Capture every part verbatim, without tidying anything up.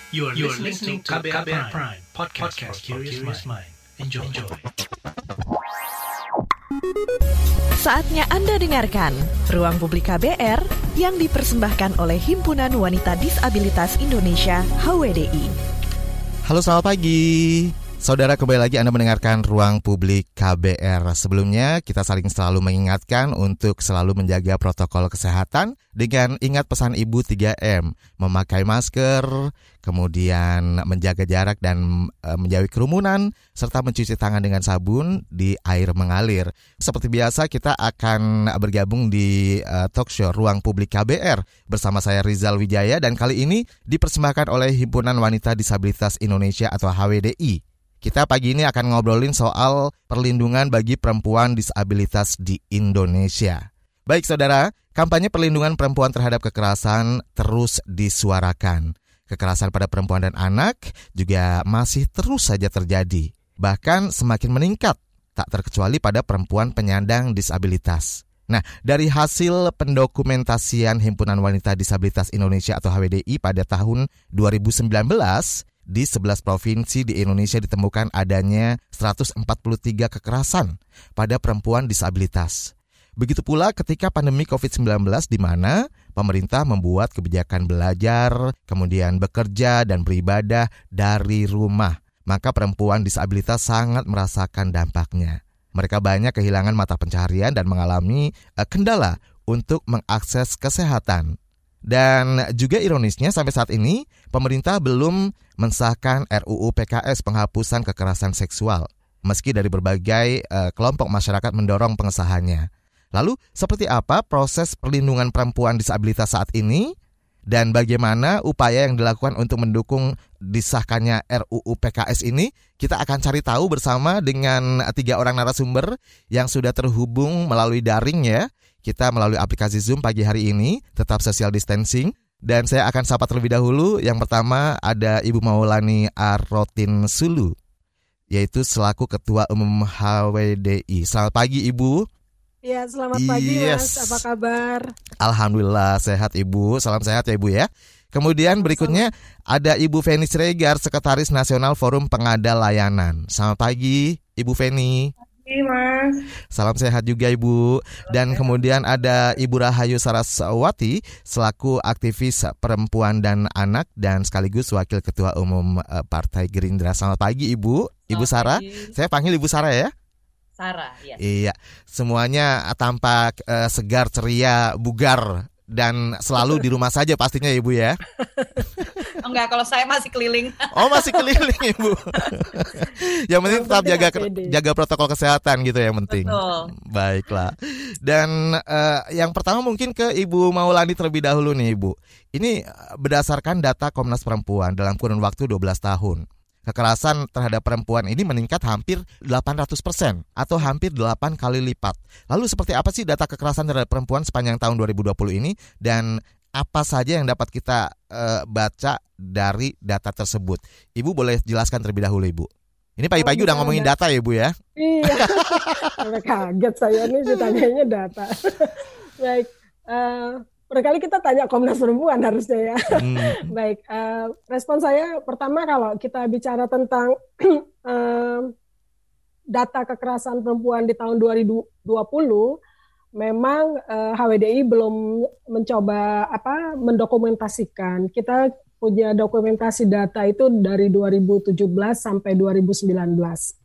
You are listening to K B R Prime, podcast for curious mind. Enjoy. Enjoy. Saatnya Anda dengarkan Ruang Publik K B R yang dipersembahkan oleh Himpunan Wanita Disabilitas Indonesia H W D I. Halo, selamat pagi. Saudara, kembali lagi Anda mendengarkan Ruang Publik K B R. Sebelumnya, kita saling selalu mengingatkan untuk selalu menjaga protokol kesehatan dengan ingat pesan Ibu tiga M, memakai masker, kemudian menjaga jarak dan e, menjauhi kerumunan, serta mencuci tangan dengan sabun di air mengalir. Seperti biasa, kita akan bergabung di e, talk show Ruang Publik K B R bersama saya Rizal Wijaya, dan kali ini dipersembahkan oleh Himpunan Wanita Disabilitas Indonesia atau H W D I. Kita pagi ini akan ngobrolin soal perlindungan bagi perempuan disabilitas di Indonesia. Baik saudara, kampanye perlindungan perempuan terhadap kekerasan terus disuarakan. Kekerasan pada perempuan dan anak juga masih terus saja terjadi. Bahkan semakin meningkat, tak terkecuali pada perempuan penyandang disabilitas. Nah, dari hasil pendokumentasian Himpunan Wanita Disabilitas Indonesia atau H W D I pada tahun dua ribu sembilan belas, di sebelas provinsi di Indonesia ditemukan adanya seratus empat puluh tiga kekerasan pada perempuan disabilitas. Begitu pula ketika pandemi covid sembilan belas di mana pemerintah membuat kebijakan belajar, kemudian bekerja dan beribadah dari rumah. Maka perempuan disabilitas sangat merasakan dampaknya. Mereka banyak kehilangan mata pencaharian dan mengalami uh, kendala untuk mengakses kesehatan. Dan juga ironisnya sampai saat ini pemerintah belum mensahkan R U U P K S penghapusan kekerasan seksual, meski dari berbagai uh, kelompok masyarakat mendorong pengesahannya. Lalu seperti apa proses perlindungan perempuan disabilitas saat ini dan bagaimana upaya yang dilakukan untuk mendukung disahkannya R U U P K S ini? Kita akan cari tahu bersama dengan tiga orang narasumber yang sudah terhubung melalui daring ya. Kita melalui aplikasi Zoom pagi hari ini, tetap social distancing. Dan saya akan sapa terlebih dahulu. Yang pertama ada Ibu Maulani Arotin Sulu, yaitu selaku Ketua Umum H W D I. Selamat pagi Ibu. Ya, selamat pagi yes. Mas, apa kabar? Alhamdulillah sehat Ibu, salam sehat ya Ibu ya. Kemudian berikutnya ada Ibu Feni Siregar, Sekretaris Nasional Forum Pengada Layanan. Selamat pagi Ibu Feni. Iya Mas. Salam sehat juga Ibu. Dan kemudian ada Ibu Rahayu Saraswati selaku aktivis perempuan dan anak dan sekaligus Wakil Ketua Umum Partai Gerindra. Selamat pagi Ibu. Ibu Sarah. Saya panggil Ibu Sarah ya. Sarah, ya. Iya. Semuanya tampak uh, segar, ceria, bugar dan selalu di rumah saja pastinya Ibu ya. Enggak, kalau saya masih keliling. Oh, masih keliling Ibu. Yang penting tetap jaga jaga protokol kesehatan gitu yang penting. Betul. Baiklah. Dan uh, yang pertama mungkin ke Ibu Maulani terlebih dahulu nih Ibu. Ini berdasarkan data Komnas Perempuan dalam kurun waktu dua belas tahun. Kekerasan terhadap perempuan ini meningkat hampir delapan ratus persen atau hampir delapan kali lipat. Lalu seperti apa sih data kekerasan terhadap perempuan sepanjang tahun dua ribu dua puluh ini dan apa saja yang dapat kita uh, baca dari data tersebut? Ibu boleh jelaskan terlebih dahulu Ibu. Ini pagi-pagi oh, udah ngomongin data ya Ibu ya? Iya, sampai kaget saya nih ditanyanya data. Baik, uh, barangkali kita tanya Komnas Perempuan harusnya ya. Hmm. Baik, uh, respon saya pertama kalau kita bicara tentang uh, data kekerasan perempuan di tahun dua ribu dua puluh, memang uh, H W D I belum mencoba apa mendokumentasikan. Kita punya dokumentasi data itu dari dua ribu tujuh belas sampai dua ribu sembilan belas.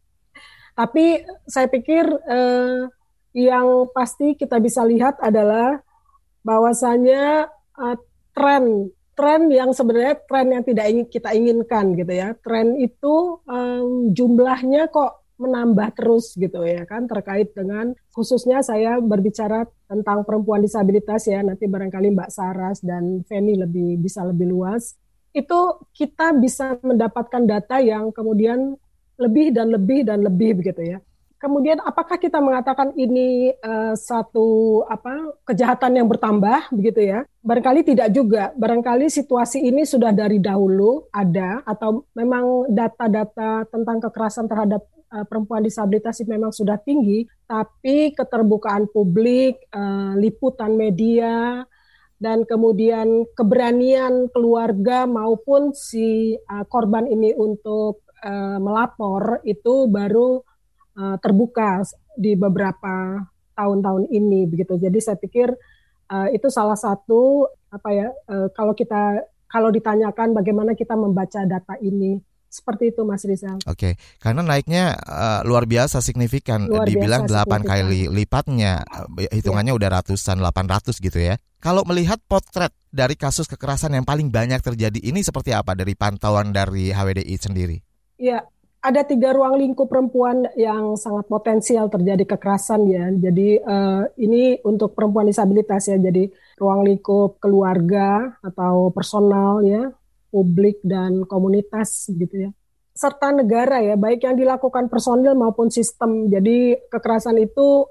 Tapi saya pikir uh, yang pasti kita bisa lihat adalah bahwasanya uh, tren tren yang sebenarnya tren yang tidak ingin kita inginkan gitu ya. Tren itu um, jumlahnya kok menambah terus gitu ya kan, terkait dengan khususnya saya berbicara tentang perempuan disabilitas ya, nanti barangkali Mbak Saras dan Feni lebih bisa lebih luas. Itu kita bisa mendapatkan data yang kemudian lebih dan lebih dan lebih begitu ya. Kemudian apakah kita mengatakan ini uh, satu apa kejahatan yang bertambah begitu ya? Barangkali tidak juga. Barangkali situasi ini sudah dari dahulu ada atau memang data-data tentang kekerasan terhadap uh, perempuan disabilitas memang sudah tinggi, tapi keterbukaan publik, uh, liputan media, dan kemudian keberanian keluarga maupun si uh, korban ini untuk uh, melapor itu baru uh, terbuka di beberapa tahun-tahun ini begitu. Jadi saya pikir uh, itu salah satu apa ya uh, kalau kita kalau ditanyakan bagaimana kita membaca data ini. Seperti itu Mas Rizal. Oke, karena naiknya uh, luar biasa signifikan, luar dibilang biasa delapan signifikan. Kali lipatnya, hitungannya ya. Udah ratusan, delapan ratus gitu ya. Kalau melihat potret dari kasus kekerasan yang paling banyak terjadi ini seperti apa dari pantauan dari H W D I sendiri? Ya, ada tiga ruang lingkup perempuan yang sangat potensial terjadi kekerasan ya. Jadi uh, ini untuk perempuan disabilitas ya, jadi ruang lingkup keluarga atau personal ya, publik dan komunitas gitu ya, serta negara ya, baik yang dilakukan personil maupun sistem. Jadi kekerasan itu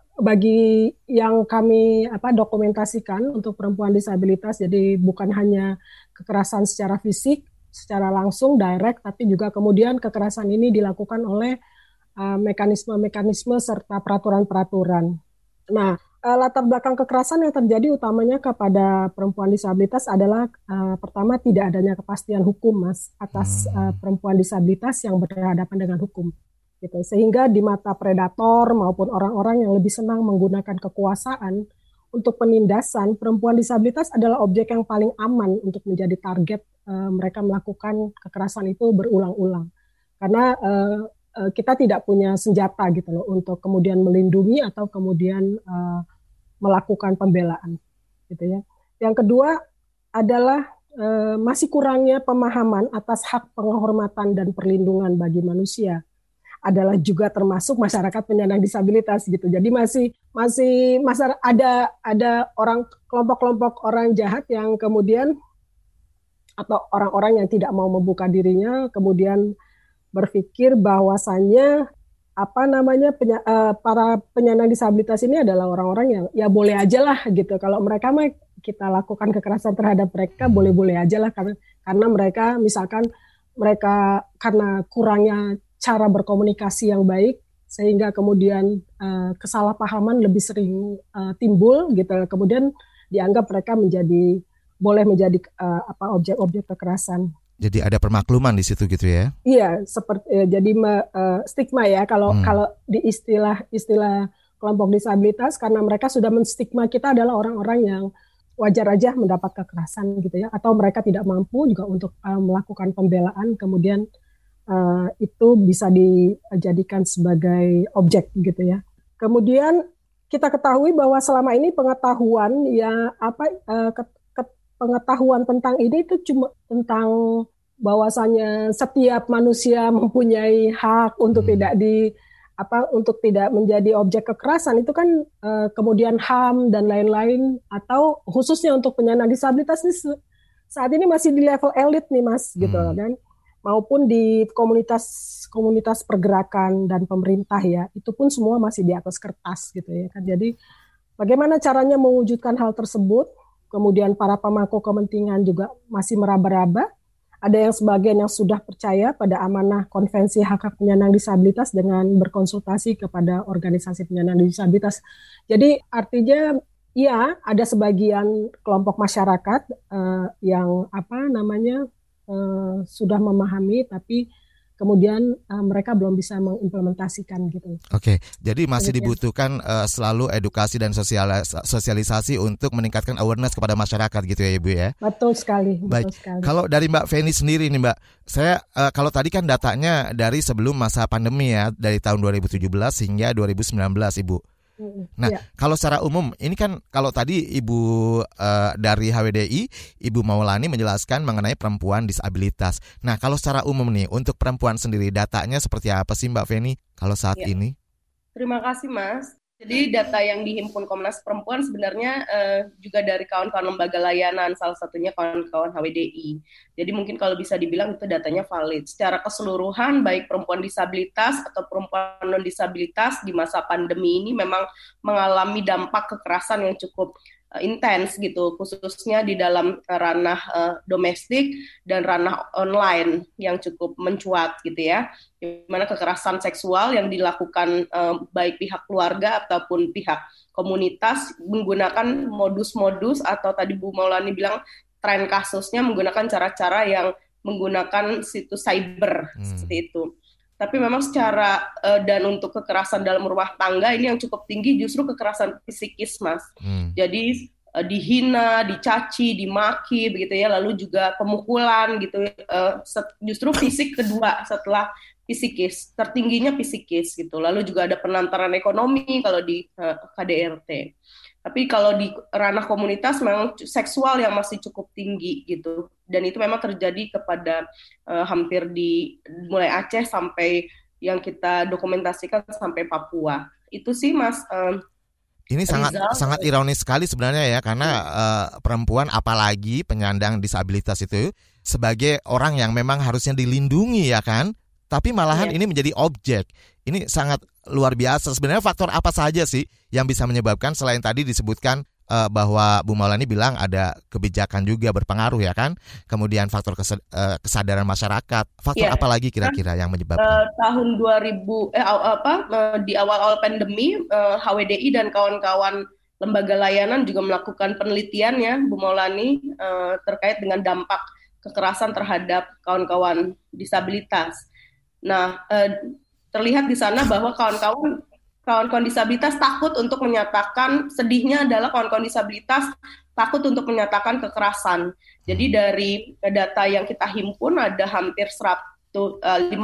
bagi yang kami apa dokumentasikan untuk perempuan disabilitas, jadi bukan hanya kekerasan secara fisik, secara langsung direct, tapi juga kemudian kekerasan ini dilakukan oleh uh, mekanisme-mekanisme serta peraturan-peraturan. Nah, latar belakang kekerasan yang terjadi utamanya kepada perempuan disabilitas adalah uh, pertama tidak adanya kepastian hukum Mas atas uh, perempuan disabilitas yang berhadapan dengan hukum gitu. Sehingga di mata predator maupun orang-orang yang lebih senang menggunakan kekuasaan untuk penindasan, perempuan disabilitas adalah objek yang paling aman untuk menjadi target uh, mereka melakukan kekerasan itu berulang-ulang. Karena uh, kita tidak punya senjata gitu loh untuk kemudian melindungi atau kemudian uh, melakukan pembelaan gitu ya. Yang kedua adalah uh, masih kurangnya pemahaman atas hak penghormatan dan perlindungan bagi manusia adalah juga termasuk masyarakat penyandang disabilitas gitu. Jadi masih masih masyarakat ada ada orang kelompok-kelompok orang jahat yang kemudian atau orang-orang yang tidak mau membuka dirinya kemudian berpikir bahwasannya apa namanya penya, uh, para penyandang disabilitas ini adalah orang-orang yang ya boleh aja lah gitu. Kalau mereka mah kita lakukan kekerasan terhadap mereka boleh-boleh aja lah karena karena mereka misalkan mereka karena kurangnya cara berkomunikasi yang baik sehingga kemudian uh, kesalahpahaman lebih sering uh, timbul gitu. Kemudian dianggap mereka menjadi boleh menjadi uh, apa objek-objek kekerasan. Jadi ada permakluman di situ gitu ya? Iya, seperti ya, jadi uh, stigma ya kalau hmm. kalau di istilah istilah kelompok disabilitas karena mereka sudah menstigma kita adalah orang-orang yang wajar aja mendapat kekerasan gitu ya, atau mereka tidak mampu juga untuk uh, melakukan pembelaan, kemudian uh, itu bisa dijadikan sebagai objek gitu ya. Kemudian kita ketahui bahwa selama ini pengetahuan ya apa uh, ke, ke, pengetahuan tentang ini itu cuma tentang bahwasanya setiap manusia mempunyai hak untuk hmm. tidak di apa untuk tidak menjadi objek kekerasan itu kan uh, kemudian H A M dan lain-lain atau khususnya untuk penyandang disabilitas ini saat ini masih di level elit nih Mas hmm. gitu kan, maupun di komunitas komunitas pergerakan dan pemerintah ya itu pun semua masih di atas kertas gitu ya kan. Jadi bagaimana caranya mewujudkan hal tersebut, kemudian para pemangku kepentingan juga masih meraba-raba. Ada yang sebagian yang sudah percaya pada amanah konvensi hak hak penyandang disabilitas dengan berkonsultasi kepada organisasi penyandang disabilitas. Jadi artinya ya ada sebagian kelompok masyarakat uh, yang apa namanya uh, sudah memahami tapi kemudian uh, mereka belum bisa mengimplementasikan gitu. Oke, jadi masih dibutuhkan uh, selalu edukasi dan sosialis- sosialisasi untuk meningkatkan awareness kepada masyarakat gitu ya Ibu ya? Betul sekali. Baik, betul sekali. Kalau dari Mbak Feni sendiri nih Mbak, saya uh, kalau tadi kan datanya dari sebelum masa pandemi ya, dari tahun dua ribu tujuh belas hingga dua ribu sembilan belas Ibu. Nah, ya. Kalau secara umum, ini kan kalau tadi Ibu uh, dari H W D I, Ibu Maulani menjelaskan mengenai perempuan disabilitas. Nah, kalau secara umum nih, untuk perempuan sendiri, datanya seperti apa sih Mbak Feni kalau saat ya. ini? Terima kasih Mas. Jadi data yang dihimpun Komnas Perempuan sebenarnya uh, juga dari kawan-kawan lembaga layanan, salah satunya kawan-kawan H W D I. Jadi mungkin kalau bisa dibilang itu datanya valid. Secara keseluruhan, baik perempuan disabilitas atau perempuan non-disabilitas di masa pandemi ini memang mengalami dampak kekerasan yang cukup intens gitu, khususnya di dalam ranah uh, domestik dan ranah online yang cukup mencuat gitu ya, di mana kekerasan seksual yang dilakukan uh, baik pihak keluarga ataupun pihak komunitas menggunakan modus-modus atau tadi Bu Maulani bilang tren kasusnya menggunakan cara-cara yang menggunakan situs cyber hmm. seperti itu. Tapi memang secara uh, dan untuk kekerasan dalam rumah tangga ini yang cukup tinggi justru kekerasan psikis, Mas. Hmm. Jadi uh, dihina, dicaci, dimaki begitu ya, lalu juga pemukulan gitu. Uh, set, justru fisik kedua setelah psikis, tertingginya psikis gitu. Lalu juga ada penantaran ekonomi kalau di uh, K D R T. Tapi kalau di ranah komunitas memang seksual yang masih cukup tinggi gitu. Dan itu memang terjadi kepada uh, hampir di mulai Aceh sampai yang kita dokumentasikan sampai Papua. Itu sih Mas. Uh, Ini sangat Rizal, sangat ironis sekali sebenarnya ya, karena uh, perempuan apalagi penyandang disabilitas itu sebagai orang yang memang harusnya dilindungi ya kan. Tapi malahan yeah. ini menjadi objek. Ini sangat luar biasa. Sebenarnya faktor apa saja sih yang bisa menyebabkan, selain tadi disebutkan uh, bahwa Bu Maulani bilang ada kebijakan juga berpengaruh ya kan. Kemudian faktor kes- uh, kesadaran masyarakat. Faktor yeah. apa lagi kira-kira yang menyebabkan? Uh, tahun dua ribu eh apa uh, di awal-awal pandemi uh, H W D I dan kawan-kawan lembaga layanan juga melakukan penelitian ya Bu Maulani uh, terkait dengan dampak kekerasan terhadap kawan-kawan disabilitas. Nah, eh, terlihat di sana bahwa kawan-kawan kawan-kawan disabilitas takut untuk menyatakan, sedihnya adalah kawan-kawan disabilitas takut untuk menyatakan kekerasan. Jadi dari data yang kita himpun ada hampir seratus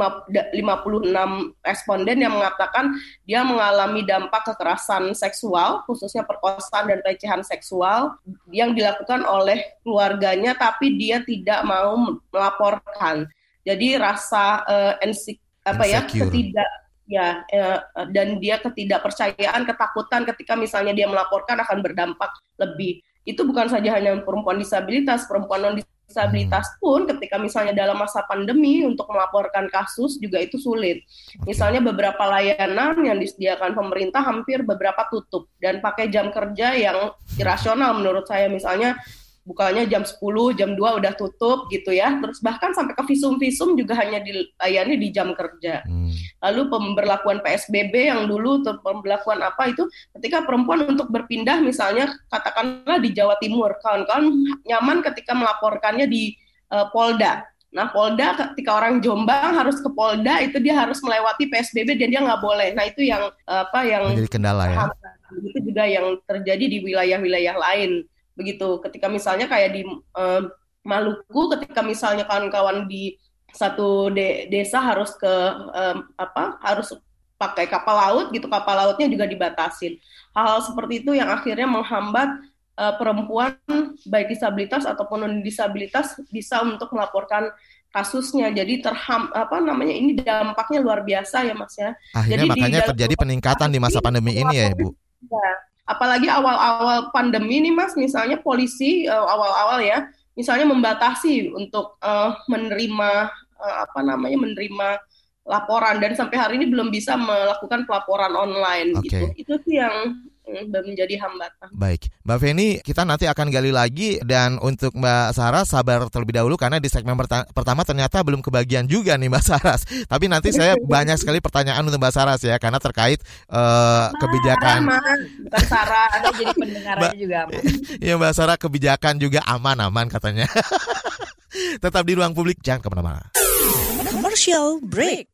lima puluh enam responden yang mengatakan dia mengalami dampak kekerasan seksual, khususnya perkosaan dan pelecehan seksual yang dilakukan oleh keluarganya, tapi dia tidak mau melaporkan. Jadi rasa uh, ensik, apa ya ketidak ya uh, dan dia ketidakpercayaan, ketakutan ketika misalnya dia melaporkan akan berdampak lebih. Itu bukan saja hanya perempuan disabilitas, perempuan non disabilitas pun ketika misalnya dalam masa pandemi untuk melaporkan kasus juga itu sulit. Misalnya beberapa layanan yang disediakan pemerintah hampir beberapa tutup dan pakai jam kerja yang irasional menurut saya, misalnya bukanya jam sepuluh, jam dua udah tutup gitu ya. Terus bahkan sampai ke visum-visum juga hanya dilayani di jam kerja. Hmm. Lalu pemberlakuan P S B B yang dulu, pemberlakuan apa itu, ketika perempuan untuk berpindah misalnya katakanlah di Jawa Timur, kawan-kawan nyaman ketika melaporkannya di uh, Polda. Nah Polda ketika orang Jombang harus ke Polda, itu dia harus melewati P S B B dan dia nggak boleh. Nah itu yang apa yang menjadi kendala ya. Itu juga yang terjadi di wilayah-wilayah lain. Begitu, ketika misalnya kayak di uh, Maluku, ketika misalnya kawan-kawan di satu de- desa harus ke um, apa harus pakai kapal laut gitu, kapal lautnya juga dibatasin. Hal-hal seperti itu yang akhirnya menghambat uh, perempuan baik disabilitas ataupun non disabilitas bisa untuk melaporkan kasusnya. Jadi terham apa namanya ini dampaknya luar biasa ya Mas ya. Akhirnya Jadi makanya terjadi peningkatan di masa pandemi ini ya Ibu. Ya. Apalagi awal-awal pandemi nih Mas, misalnya polisi uh, awal-awal ya, misalnya membatasi untuk uh, menerima uh, apa namanya menerima laporan, dan sampai hari ini belum bisa melakukan pelaporan online okay. gitu. Itu sih yang menjadi hambatan. Baik, Mbak Feni, kita nanti akan gali lagi, dan untuk Mbak Saras sabar terlebih dahulu karena di segmen perta- pertama ternyata belum kebagian juga nih Mbak Saras. Tapi nanti saya banyak sekali pertanyaan untuk Mbak Saras ya, karena terkait uh, kebijakan. Bukan Sarah, ada jadi pendengarannya juga. Iya Mbak Sarah, kebijakan juga aman-aman katanya. Tetap di Ruang Publik, jangan kemana-mana. Commercial break.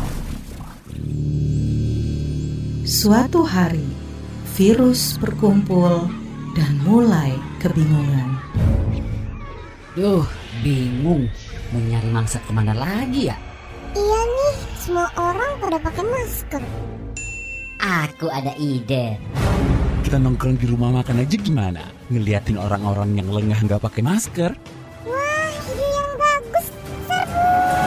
Suatu hari virus berkumpul dan mulai kebingungan. Duh, bingung. Mau nyari mangsa kemana lagi ya? Iya nih, semua orang pada pakai masker. Aku ada ide. Kita nongkrong di rumah makan aja gimana? Ngeliatin orang-orang yang lengah nggak pakai masker. Wah, ide yang bagus. Serbu.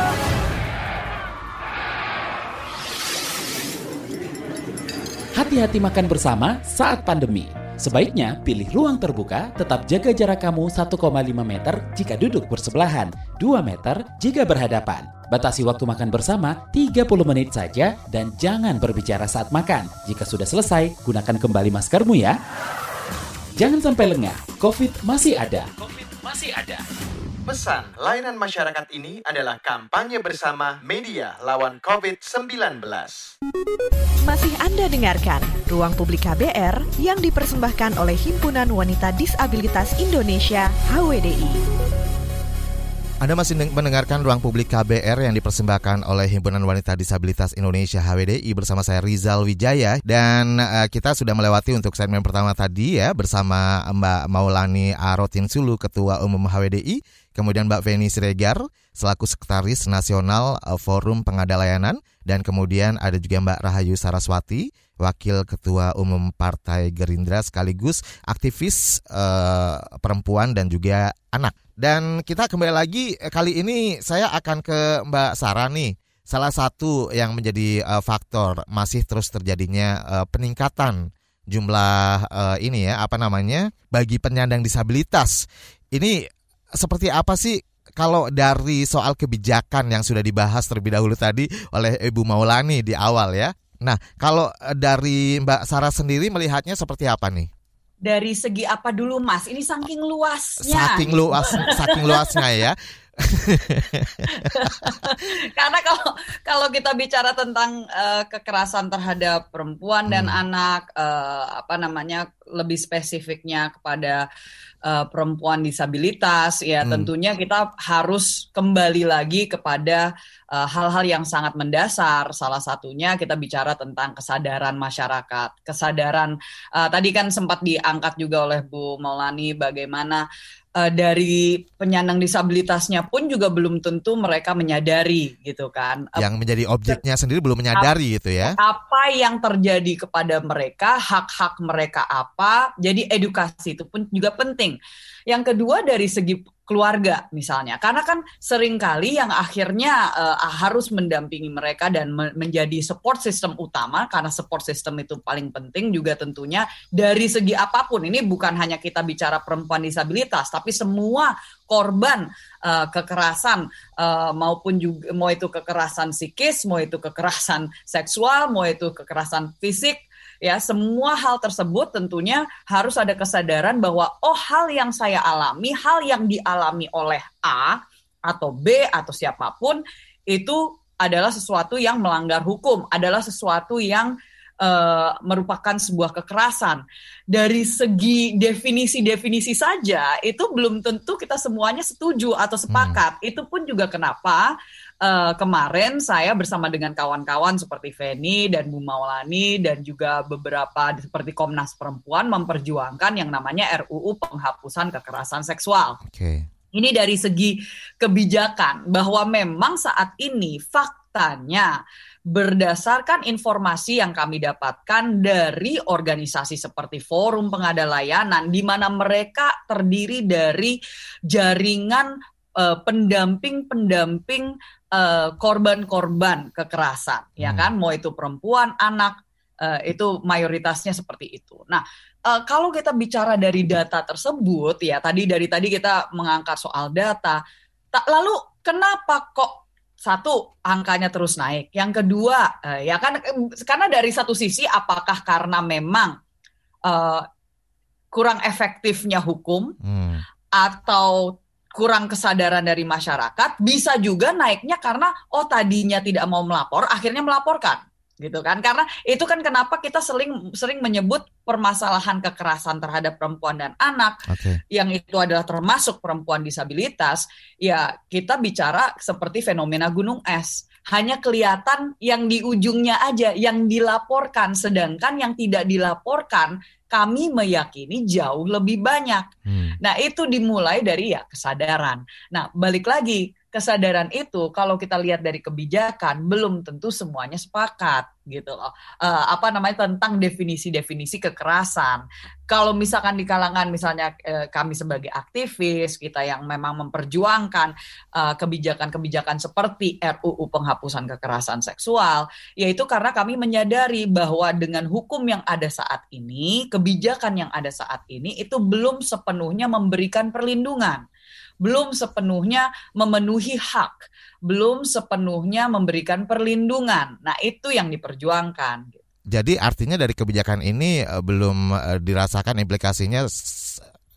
Hati-hati makan bersama saat pandemi. Sebaiknya pilih ruang terbuka, tetap jaga jarak kamu satu koma lima meter jika duduk bersebelahan, dua meter jika berhadapan. Batasi waktu makan bersama tiga puluh menit saja dan jangan berbicara saat makan. Jika sudah selesai, gunakan kembali maskermu ya. Jangan sampai lengah, COVID masih ada. COVID masih ada. Pesan layanan masyarakat ini adalah kampanye bersama media lawan covid sembilan belas. Masih Anda dengarkan Ruang Publik K B R yang dipersembahkan oleh Himpunan Wanita Disabilitas Indonesia H W D I. Anda masih mendengarkan Ruang Publik K B R yang dipersembahkan oleh Himpunan Wanita Disabilitas Indonesia H W D I bersama saya Rizal Wijaya, dan uh, kita sudah melewati untuk segmen pertama tadi ya bersama Mbak Maulani Arotinsulu, Ketua Umum H W D I, kemudian Mbak Feni Siregar selaku Sekretaris Nasional uh, Forum Pengada Layanan, dan kemudian ada juga Mbak Rahayu Saraswati, Wakil Ketua Umum Partai Gerindra sekaligus aktivis uh, perempuan dan juga anak. Dan kita kembali lagi, kali ini saya akan ke Mbak Sarah nih. Salah satu yang menjadi uh, faktor masih terus terjadinya uh, peningkatan jumlah uh, ini ya, apa namanya, bagi penyandang disabilitas. Ini seperti apa sih kalau dari soal kebijakan yang sudah dibahas terlebih dahulu tadi oleh Ibu Maulani di awal ya. Nah, kalau dari Mbak Sarah sendiri melihatnya seperti apa nih? Dari segi apa dulu, Mas? Ini saking luasnya. Saking luas, saking luasnya ya. Karena kalau kalau kita bicara tentang uh, kekerasan terhadap perempuan dan hmm. anak, uh, apa namanya, lebih spesifiknya kepada uh, perempuan disabilitas, ya hmm. tentunya kita harus kembali lagi kepada uh, hal-hal yang sangat mendasar. Salah satunya kita bicara tentang kesadaran masyarakat, kesadaran uh, tadi kan sempat diangkat juga oleh Bu Maulani bagaimana Uh, dari penyandang disabilitasnya pun juga belum tentu mereka menyadari gitu kan. Yang menjadi objeknya sendiri belum menyadari ap- gitu ya. Apa yang terjadi kepada mereka, hak-hak mereka apa. Jadi edukasi itu pun juga penting. Yang kedua dari segi keluarga misalnya. Karena kan seringkali yang akhirnya uh, harus mendampingi mereka dan me- menjadi support system utama, karena support system itu paling penting juga tentunya dari segi apapun. Ini bukan hanya kita bicara perempuan disabilitas, tapi semua korban uh, kekerasan uh, maupun juga mau itu kekerasan psikis, mau itu kekerasan seksual, mau itu kekerasan fisik. Ya, semua hal tersebut tentunya harus ada kesadaran bahwa oh, hal yang saya alami, hal yang dialami oleh A atau B atau siapapun itu adalah sesuatu yang melanggar hukum, adalah sesuatu yang uh, merupakan sebuah kekerasan. Dari segi definisi-definisi saja itu belum tentu kita semuanya setuju atau sepakat. Hmm. Itu pun juga kenapa Uh, kemarin saya bersama dengan kawan-kawan seperti Feni dan Bu Maulani dan juga beberapa seperti Komnas Perempuan memperjuangkan yang namanya R U U Penghapusan Kekerasan Seksual. Okay. Ini dari segi kebijakan bahwa memang saat ini faktanya berdasarkan informasi yang kami dapatkan dari organisasi seperti Forum Pengada Layanan di mana mereka terdiri dari jaringan uh, pendamping-pendamping Uh, korban-korban kekerasan, hmm. ya kan, mau itu perempuan, anak, uh, itu mayoritasnya seperti itu. Nah, uh, kalau kita bicara dari data tersebut, ya tadi dari tadi kita mengangkat soal data, tak, lalu kenapa kok satu angkanya terus naik? Yang kedua, uh, ya kan, karena dari satu sisi apakah karena memang uh, kurang efektifnya hukum hmm. atau kurang kesadaran dari masyarakat, bisa juga naiknya karena oh tadinya tidak mau melapor, akhirnya melaporkan, gitu kan? Karena itu kan kenapa kita sering sering menyebut permasalahan kekerasan terhadap perempuan dan anak, okay. yang itu adalah termasuk perempuan disabilitas, ya kita bicara seperti fenomena gunung es. Hanya kelihatan yang di ujungnya aja, yang dilaporkan, sedangkan yang tidak dilaporkan kami meyakini jauh lebih banyak. Hmm. Nah, itu dimulai dari ya kesadaran. Nah, balik lagi, kesadaran itu kalau kita lihat dari kebijakan belum tentu semuanya sepakat gitu loh. Uh, apa namanya tentang definisi-definisi kekerasan. Kalau misalkan di kalangan misalnya uh, kami sebagai aktivis, kita yang memang memperjuangkan uh, kebijakan-kebijakan seperti R U U Penghapusan Kekerasan Seksual, yaitu karena kami menyadari bahwa dengan hukum yang ada saat ini, kebijakan yang ada saat ini itu belum sepenuhnya memberikan perlindungan, belum sepenuhnya memenuhi hak, belum sepenuhnya memberikan perlindungan. Nah, itu yang diperjuangkan. Jadi artinya dari kebijakan ini uh, belum uh, dirasakan implikasinya s-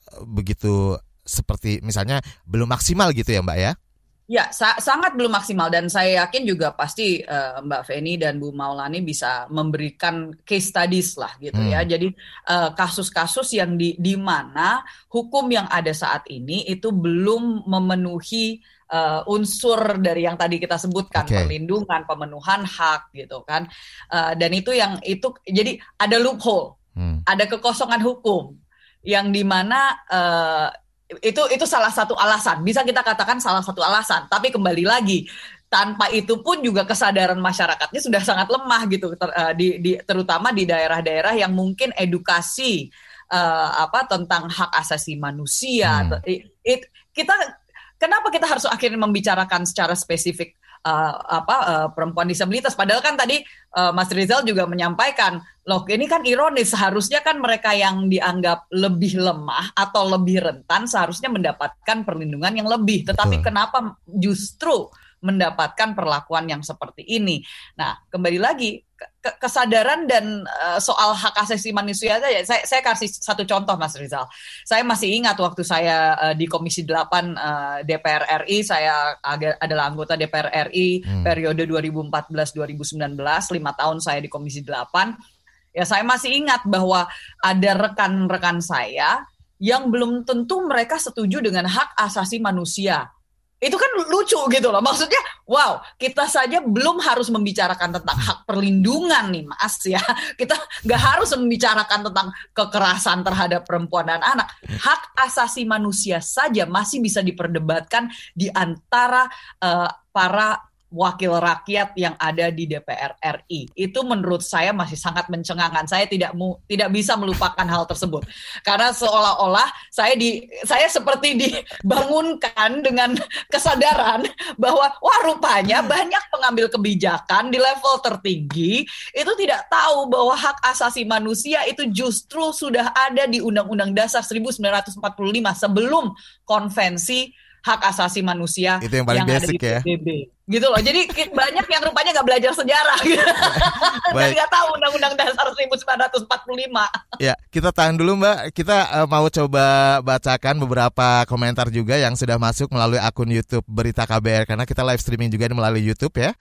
begitu seperti misalnya belum maksimal gitu ya Mbak ya? Ya, sa- sangat belum maksimal dan saya yakin juga pasti uh, Mbak Feni dan Bu Maulani bisa memberikan case studies lah gitu hmm. ya. Jadi uh, kasus-kasus yang di di mana hukum yang ada saat ini itu belum memenuhi uh, unsur dari yang tadi kita sebutkan, okay. perlindungan, pemenuhan hak gitu kan. Uh, dan itu yang itu jadi ada loophole, hmm. ada kekosongan hukum yang di mana uh, itu itu salah satu alasan, bisa kita katakan salah satu alasan, tapi kembali lagi tanpa itu pun juga kesadaran masyarakatnya sudah sangat lemah gitu, ter, uh, di, di, terutama di daerah-daerah yang mungkin edukasi uh, apa tentang hak asasi manusia. Hmm. It, it, kita kenapa kita harus akhirnya membicarakan secara spesifik uh, apa uh, perempuan disabilitas? Padahal kan tadi uh, Mas Rizal juga menyampaikan, loh ini kan ironis, seharusnya kan mereka yang dianggap lebih lemah atau lebih rentan seharusnya mendapatkan perlindungan yang lebih. Tetapi Betul. Kenapa justru mendapatkan perlakuan yang seperti ini? Nah, kembali lagi ke- kesadaran dan uh, soal hak asasi manusia saja. Saya, saya kasih satu contoh Mas Rizal. Saya masih ingat waktu saya uh, di Komisi delapan uh, D P R R I, saya ag- adalah anggota D P R R I hmm. periode dua ribu empat belas sampai dua ribu sembilan belas, lima tahun saya di Komisi delapan. Ya, saya masih ingat bahwa ada rekan-rekan saya yang belum tentu mereka setuju dengan hak asasi manusia. Itu kan lucu gitu loh. Maksudnya, wow, kita saja belum harus membicarakan tentang hak perlindungan nih Mas ya. Kita nggak harus membicarakan tentang kekerasan terhadap perempuan dan anak. Hak asasi manusia saja masih bisa diperdebatkan di antara uh, para wakil rakyat yang ada di D P R R I. Itu menurut saya masih sangat mencengangkan. Saya tidak mu, tidak bisa melupakan hal tersebut. Karena seolah-olah saya di saya seperti dibangunkan dengan kesadaran bahwa wah rupanya banyak pengambil kebijakan di level tertinggi itu tidak tahu bahwa hak asasi manusia itu justru sudah ada di Undang-Undang Dasar seribu sembilan ratus empat puluh lima sebelum konvensi hak asasi manusia itu yang paling yang basic ada di P B B. Ya. Gitu loh. Jadi banyak yang rupanya nggak belajar sejarah gitu. Dan nggak tahu Undang-Undang Dasar seribu sembilan ratus empat puluh lima. Ya, kita tahan dulu Mbak. Kita uh, mau coba bacakan beberapa komentar juga yang sudah masuk melalui akun YouTube Berita K B R, karena kita live streaming juga melalui YouTube ya.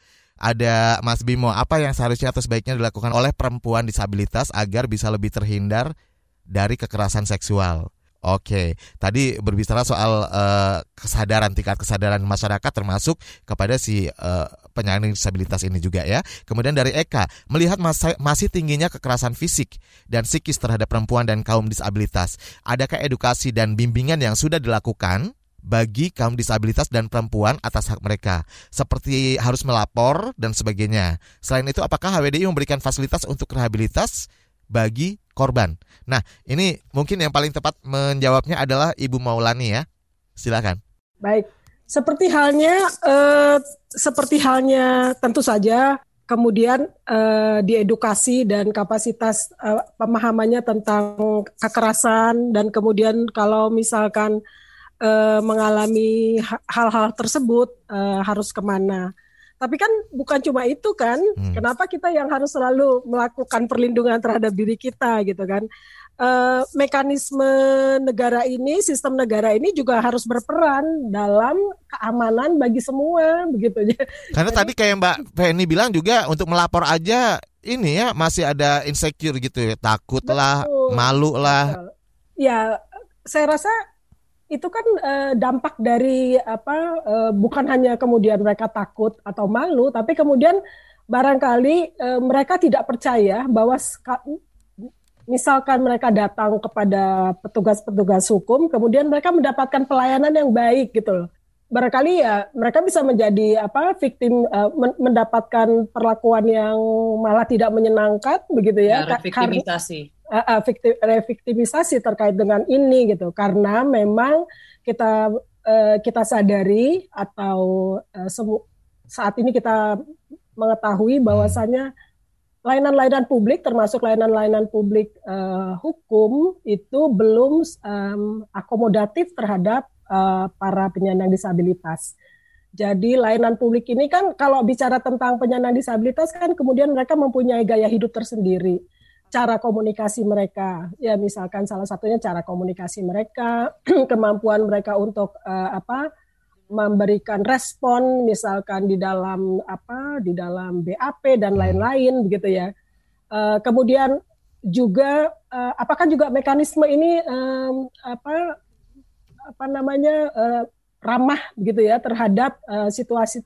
Ada Mas Bimo, apa yang seharusnya atau sebaiknya dilakukan oleh perempuan disabilitas agar bisa lebih terhindar dari kekerasan seksual? Oke, tadi berbicara soal uh, kesadaran, tingkat kesadaran masyarakat termasuk kepada si uh, penyandang disabilitas ini juga ya. Kemudian dari Eka, melihat masa, masih tingginya kekerasan fisik dan psikis terhadap perempuan dan kaum disabilitas, adakah edukasi dan bimbingan yang sudah dilakukan bagi kaum disabilitas dan perempuan atas hak mereka, seperti harus melapor dan sebagainya? Selain itu, apakah H W D I memberikan fasilitas untuk rehabilitas bagi korban? Nah, ini mungkin yang paling tepat menjawabnya adalah Ibu Maulani ya. Silakan. Baik, seperti halnya eh, seperti halnya tentu saja kemudian eh, diedukasi dan kapasitas eh, pemahamannya tentang kekerasan, dan kemudian kalau misalkan eh, mengalami hal-hal tersebut eh, harus kemana. Tapi kan bukan cuma itu kan, hmm. kenapa kita yang harus selalu melakukan perlindungan terhadap diri kita gitu kan. E, mekanisme negara ini, sistem negara ini juga harus berperan dalam keamanan bagi semua begitu. Karena Jadi, tadi kayak Mbak Feni bilang juga untuk melapor aja ini ya masih ada insecure gitu ya, takut lah, malu lah. Ya, saya rasa itu kan uh, dampak dari apa uh, bukan hanya kemudian mereka takut atau malu, tapi kemudian barangkali uh, mereka tidak percaya bahwa ska- misalkan mereka datang kepada petugas-petugas hukum, kemudian mereka mendapatkan pelayanan yang baik gitu loh. Barangkali ya mereka bisa menjadi apa victim uh, men- mendapatkan perlakuan yang malah tidak menyenangkan begitu ya. Ya, reviktimisasi. Uh, uh, victim, reviktimisasi terkait dengan ini gitu, karena memang kita uh, kita sadari atau uh, semu- saat ini kita mengetahui bahwasannya layanan-layanan publik termasuk layanan-layanan publik uh, hukum itu belum um, akomodatif terhadap uh, para penyandang disabilitas. Jadi layanan publik ini kan kalau bicara tentang penyandang disabilitas kan kemudian mereka mempunyai gaya hidup tersendiri, cara komunikasi mereka, ya misalkan salah satunya cara komunikasi mereka, kemampuan mereka untuk uh, apa memberikan respon, misalkan di dalam apa di dalam B A P dan lain-lain begitu ya. Uh, kemudian juga uh, apakah juga mekanisme ini um, apa apa namanya uh, ramah gitu ya terhadap uh, situasi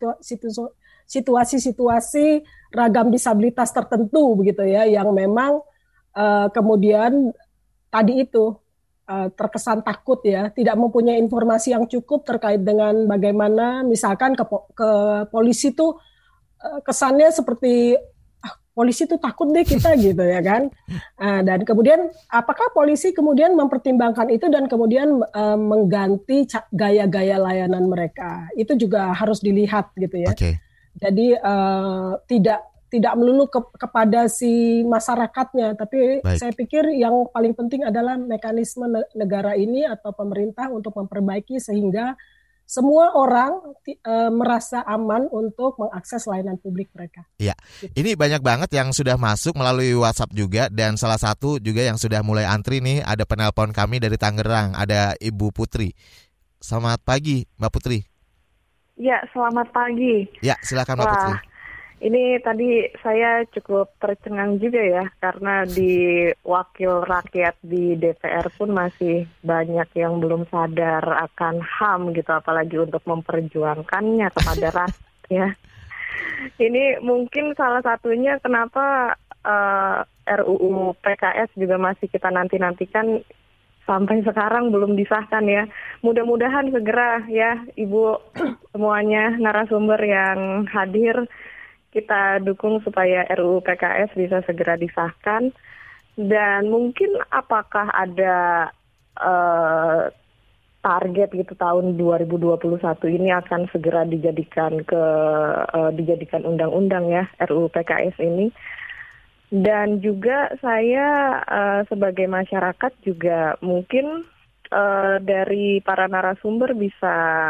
situasi-situasi ragam disabilitas tertentu begitu ya yang memang uh, kemudian tadi itu uh, terkesan takut ya, tidak mempunyai informasi yang cukup terkait dengan bagaimana misalkan ke, ke polisi tuh uh, kesannya seperti polisi itu takut deh kita gitu ya kan. Nah, dan kemudian apakah polisi kemudian mempertimbangkan itu dan kemudian uh, mengganti ca- gaya-gaya layanan mereka. Itu juga harus dilihat gitu ya. Okay. Jadi uh, tidak tidak melulu ke, kepada si masyarakatnya, tapi Baik. Saya pikir yang paling penting adalah mekanisme negara ini atau pemerintah untuk memperbaiki sehingga semua orang uh, merasa aman untuk mengakses layanan publik mereka. Iya, gitu. Ini banyak banget yang sudah masuk melalui WhatsApp juga, dan salah satu juga yang sudah mulai antri nih, ada penelpon kami dari Tangerang, ada Ibu Putri. Selamat pagi, Mbak Putri. Ya, selamat pagi. Ya, silakan Mbak Wah. Putri. Ini tadi saya cukup tercengang juga ya, karena di wakil rakyat di D P R pun masih banyak yang belum sadar akan H A M gitu, apalagi untuk memperjuangkannya kepada rakyat ya. Ini mungkin salah satunya kenapa uh, R U U P K S juga masih kita nanti-nantikan sampai sekarang belum disahkan ya. Mudah-mudahan segera ya Ibu semuanya narasumber yang hadir, kita dukung supaya R U U P K S bisa segera disahkan. Dan mungkin apakah ada uh, target gitu tahun dua ribu dua puluh satu ini akan segera dijadikan ke uh, dijadikan undang-undang ya R U U P K S ini. Dan juga saya uh, sebagai masyarakat juga mungkin Uh, dari para narasumber bisa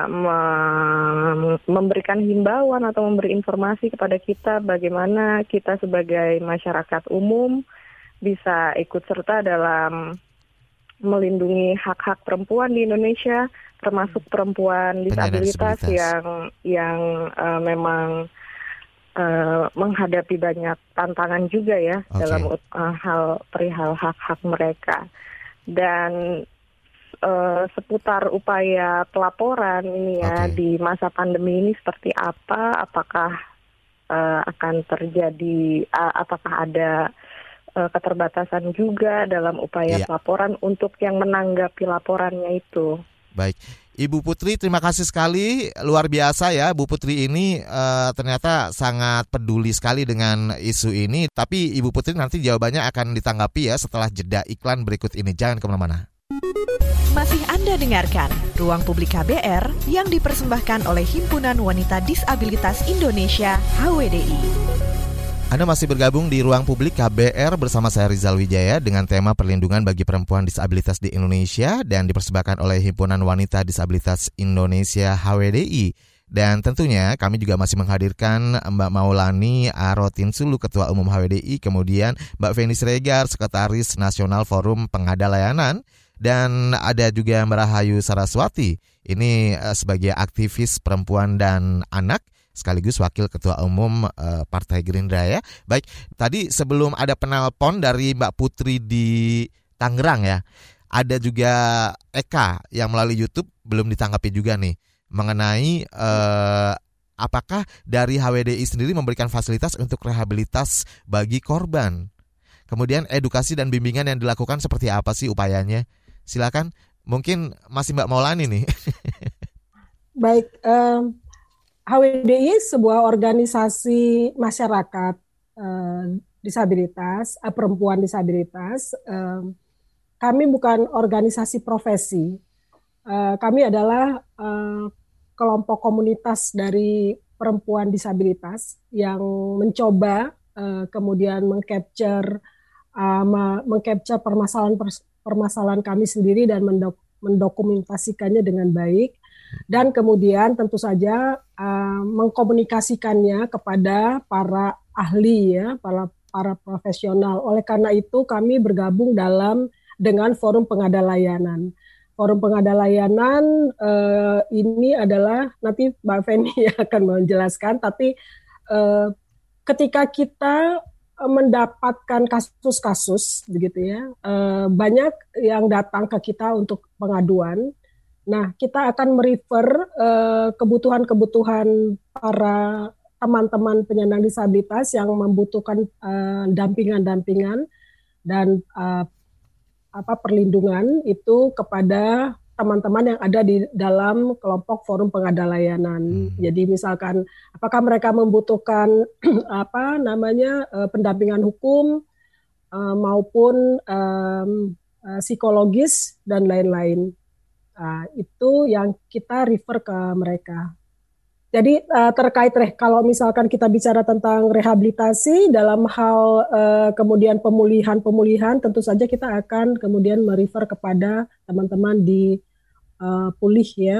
me- memberikan himbauan atau memberi informasi kepada kita bagaimana kita sebagai masyarakat umum bisa ikut serta dalam melindungi hak-hak perempuan di Indonesia, termasuk perempuan disabilitas yang yang uh, memang uh, menghadapi banyak tantangan juga ya okay. dalam uh, hal perihal hak-hak mereka. Dan Uh, seputar upaya pelaporan ini ya okay. di masa pandemi ini seperti apa? Apakah uh, akan terjadi? Uh, apakah ada uh, keterbatasan juga dalam upaya yeah. pelaporan untuk yang menanggapi laporannya itu? Baik, Ibu Putri, terima kasih sekali, luar biasa ya, Bu Putri ini uh, ternyata sangat peduli sekali dengan isu ini. Tapi Ibu Putri nanti jawabannya akan ditanggapi ya setelah jeda iklan berikut ini. Jangan kemana-mana. Masih Anda dengarkan Ruang Publik K B R yang dipersembahkan oleh Himpunan Wanita Disabilitas Indonesia H W D I. Anda masih bergabung di Ruang Publik K B R bersama saya Rizal Wijaya dengan tema perlindungan bagi perempuan disabilitas di Indonesia dan dipersembahkan oleh Himpunan Wanita Disabilitas Indonesia H W D I. Dan tentunya kami juga masih menghadirkan Mbak Maulani Arotinsulu, Ketua Umum H W D I, kemudian Mbak Feni Siregar, Sekretaris Nasional Forum Pengada Layanan, dan ada juga Mbak Rahayu Saraswati, ini uh, sebagai aktivis perempuan dan anak, sekaligus Wakil Ketua Umum uh, Partai Gerindra ya. Baik, tadi sebelum ada penelpon dari Mbak Putri di Tangerang ya, ada juga Eka yang melalui YouTube belum ditanggapi juga nih, mengenai uh, apakah dari H W D I sendiri memberikan fasilitas untuk rehabilitas bagi korban. Kemudian edukasi dan bimbingan yang dilakukan seperti apa sih upayanya? Silakan, mungkin masih Mbak Maulani nih. Baik, um, H W D I sebuah organisasi masyarakat uh, disabilitas, uh, perempuan disabilitas. Um, kami bukan organisasi profesi. Uh, kami adalah uh, kelompok komunitas dari perempuan disabilitas yang mencoba uh, kemudian mengcapture uh, mengcapture permasalahan permasalahan kami sendiri dan mendok- mendokumentasikannya dengan baik. dan kemudian tentu saja uh, mengkomunikasikannya kepada para ahli ya, para para profesional. Oleh karena itu kami bergabung dalam dengan Forum Pengada Layanan. Forum Pengada Layanan uh, ini adalah nanti Mbak Feni akan menjelaskan, tapi uh, ketika kita mendapatkan kasus-kasus begitu ya, uh, banyak yang datang ke kita untuk pengaduan. Nah, kita akan merefer uh, kebutuhan-kebutuhan para teman-teman penyandang disabilitas yang membutuhkan uh, dampingan-dampingan dan uh, apa perlindungan itu kepada teman-teman yang ada di dalam kelompok Forum Pengada Layanan. Hmm. Jadi misalkan apakah mereka membutuhkan apa namanya uh, pendampingan hukum uh, maupun um, uh, psikologis dan lain-lain. Uh, itu yang kita refer ke mereka. Jadi uh, terkait reh, kalau misalkan kita bicara tentang rehabilitasi dalam hal uh, kemudian pemulihan-pemulihan, tentu saja kita akan kemudian merefer kepada teman-teman di uh, pulih ya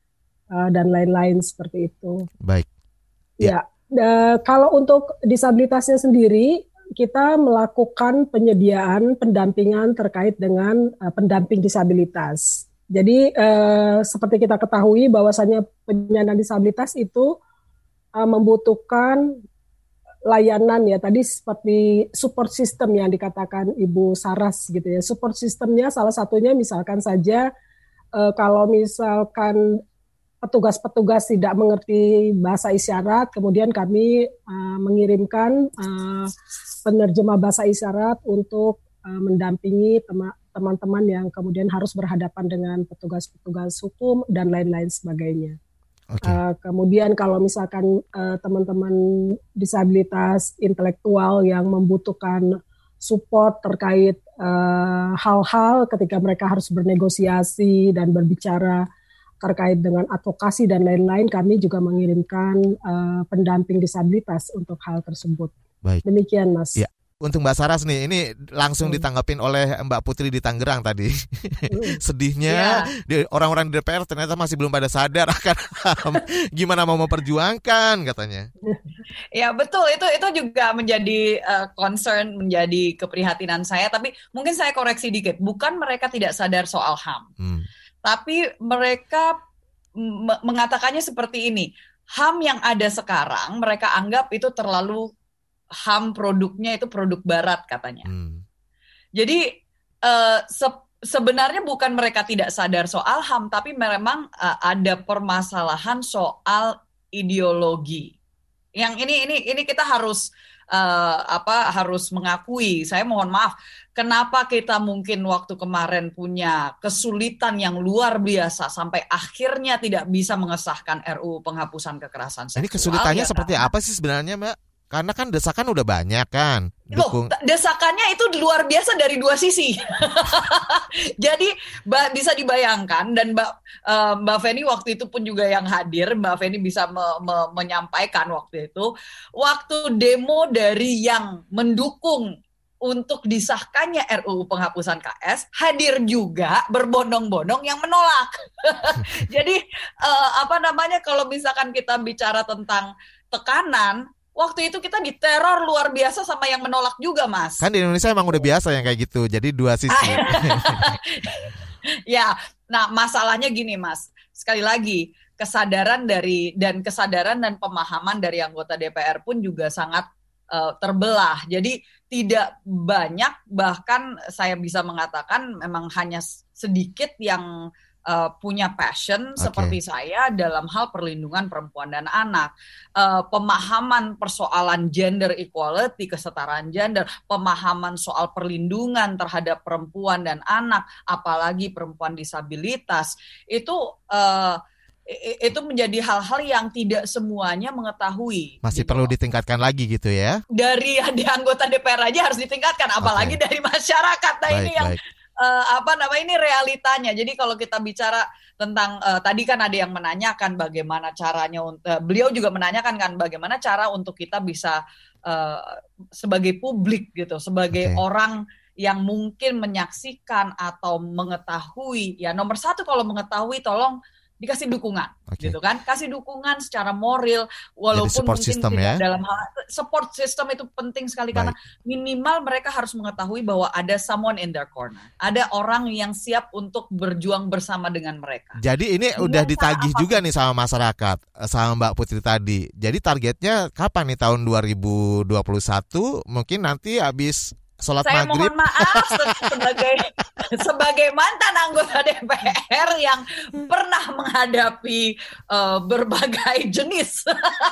uh, dan lain-lain seperti itu. Baik. Ya, ya uh, kalau untuk disabilitasnya sendiri, kita melakukan penyediaan pendampingan terkait dengan uh, pendamping disabilitas. Jadi eh, seperti kita ketahui bahwasannya penyandang disabilitas itu eh, membutuhkan layanan ya, tadi seperti support system yang dikatakan Ibu Saras gitu ya. Support systemnya salah satunya misalkan saja eh, kalau misalkan petugas-petugas tidak mengerti bahasa isyarat, kemudian kami eh, mengirimkan eh, penerjemah bahasa isyarat untuk eh, mendampingi teman teman-teman yang kemudian harus berhadapan dengan petugas-petugas hukum dan lain-lain sebagainya. Okay. Uh, kemudian kalau misalkan uh, teman-teman disabilitas intelektual yang membutuhkan support terkait uh, hal-hal ketika mereka harus bernegosiasi dan berbicara terkait dengan advokasi dan lain-lain, kami juga mengirimkan uh, pendamping disabilitas untuk hal tersebut. Baik. Demikian, Mas. Ya. Untuk Mbak Saras nih, ini langsung hmm. ditanggapin oleh Mbak Putri di Tangerang tadi. Hmm. Sedihnya yeah. di, orang-orang di D P R ternyata masih belum pada sadar akan gimana mau memperjuangkan katanya. Ya betul, itu itu juga menjadi uh, concern, menjadi keprihatinan saya. Tapi mungkin saya koreksi dikit, bukan mereka tidak sadar soal H A M, hmm. tapi mereka m- mengatakannya seperti ini. H A M yang ada sekarang mereka anggap itu terlalu H A M produknya itu produk barat katanya. Hmm. Jadi uh, se- sebenarnya bukan mereka tidak sadar soal H A M, tapi memang uh, ada permasalahan soal ideologi. Yang ini ini ini kita harus uh, apa harus mengakui. Saya mohon maaf, kenapa kita mungkin waktu kemarin punya kesulitan yang luar biasa sampai akhirnya tidak bisa mengesahkan R U U penghapusan kekerasan seksual. Ini kesulitannya ya, seperti apa sih sebenarnya, Mbak? Karena kan desakan udah banyak kan. Dukung. Loh, desakannya itu luar biasa dari dua sisi. Jadi ba, bisa dibayangkan dan Mbak uh, Mbak Feni waktu itu pun juga yang hadir. Mbak Feni bisa me, me, menyampaikan waktu itu. Waktu demo dari yang mendukung untuk disahkannya R U U penghapusan K S, hadir juga berbondong-bondong yang menolak. Jadi uh, apa namanya kalau misalkan kita bicara tentang tekanan, waktu itu kita diteror luar biasa sama yang menolak juga, Mas. Kan di Indonesia emang udah biasa yang kayak gitu, jadi dua sisi. Ya, nah masalahnya gini, Mas. Sekali lagi, kesadaran dari dan kesadaran dan pemahaman dari anggota D P R pun juga sangat uh, terbelah. Jadi tidak banyak, bahkan saya bisa mengatakan memang hanya sedikit yang Uh, punya passion okay. seperti saya dalam hal perlindungan perempuan dan anak, uh, pemahaman persoalan gender equality, kesetaraan gender, pemahaman soal perlindungan terhadap perempuan dan anak, apalagi perempuan disabilitas, itu uh, itu menjadi hal-hal yang tidak semuanya mengetahui. Masih gitu. Perlu ditingkatkan lagi gitu ya? Dari di anggota D P R aja harus ditingkatkan, apalagi okay. dari masyarakat. Nah baik, ini yang baik. Uh, apa namanya ini realitanya. Jadi kalau kita bicara tentang uh, tadi kan ada yang menanyakan bagaimana caranya untuk uh, beliau juga menanyakan kan bagaimana cara untuk kita bisa uh, sebagai publik gitu, sebagai okay. orang yang mungkin menyaksikan atau mengetahui. Ya nomor satu kalau mengetahui tolong dikasih dukungan, okay. gitu kan? Kasih dukungan secara moral, walaupun mungkin system, tidak ya? dalam hal support system itu penting sekali. Baik. Karena minimal mereka harus mengetahui bahwa ada someone in their corner, ada orang yang siap untuk berjuang bersama dengan mereka. Jadi ini udah ditagih juga nih sama masyarakat, sama Mbak Putri tadi. Jadi targetnya kapan nih tahun dua ribu dua puluh satu? Mungkin nanti habis sholat Saya maghrib. Mohon maaf sebagai sebagai mantan anggota D P R yang pernah menghadapi uh, berbagai jenis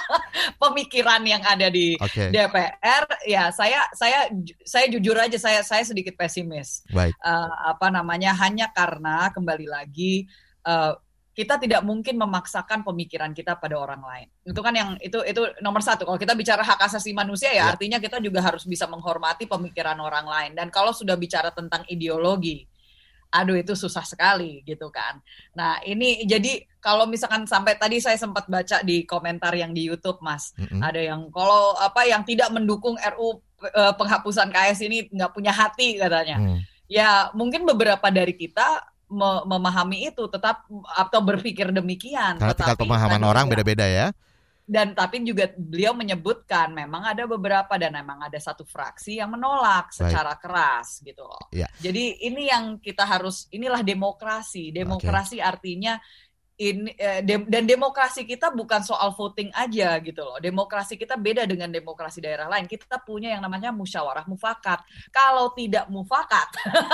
pemikiran yang ada di okay. D P R, ya saya saya saya jujur aja saya saya sedikit pesimis. Baik. Uh, apa namanya hanya karena kembali lagi uh, kita tidak mungkin memaksakan pemikiran kita pada orang lain. Itu kan yang itu itu nomor satu. Kalau kita bicara hak asasi manusia ya, ya artinya kita juga harus bisa menghormati pemikiran orang lain. Dan kalau sudah bicara tentang ideologi, aduh itu susah sekali gitu kan. Nah ini jadi kalau misalkan sampai tadi saya sempat baca di komentar yang di YouTube Mas, mm-hmm. ada yang kalau apa yang tidak mendukung R U uh, penghapusan K S ini nggak punya hati katanya. Mm. Ya mungkin beberapa dari kita memahami itu tetap atau berpikir demikian. Karena tingkat pemahaman orang juga, beda-beda ya. Dan tapi juga beliau menyebutkan memang ada beberapa dan memang ada satu fraksi yang menolak secara Baik. keras gitu loh. Ya. Jadi ini yang kita harus, inilah demokrasi. Demokrasi okay. artinya ini eh, de, dan demokrasi kita bukan soal voting aja gitu loh. Demokrasi kita beda dengan demokrasi daerah lain. Kita punya yang namanya musyawarah mufakat. Kalau tidak mufakat,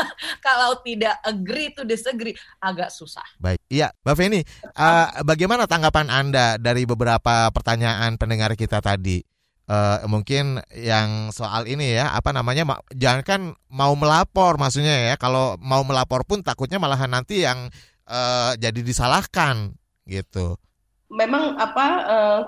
kalau tidak agree to disagree, agak susah. Baik, iya, Mbak Feni, uh, bagaimana tanggapan Anda dari beberapa pertanyaan pendengar kita tadi? Uh, mungkin yang soal ini ya, apa namanya, ma- jangan kan mau melapor maksudnya ya. Kalau mau melapor pun takutnya malahan nanti yang Uh, jadi disalahkan gitu. Memang apa uh,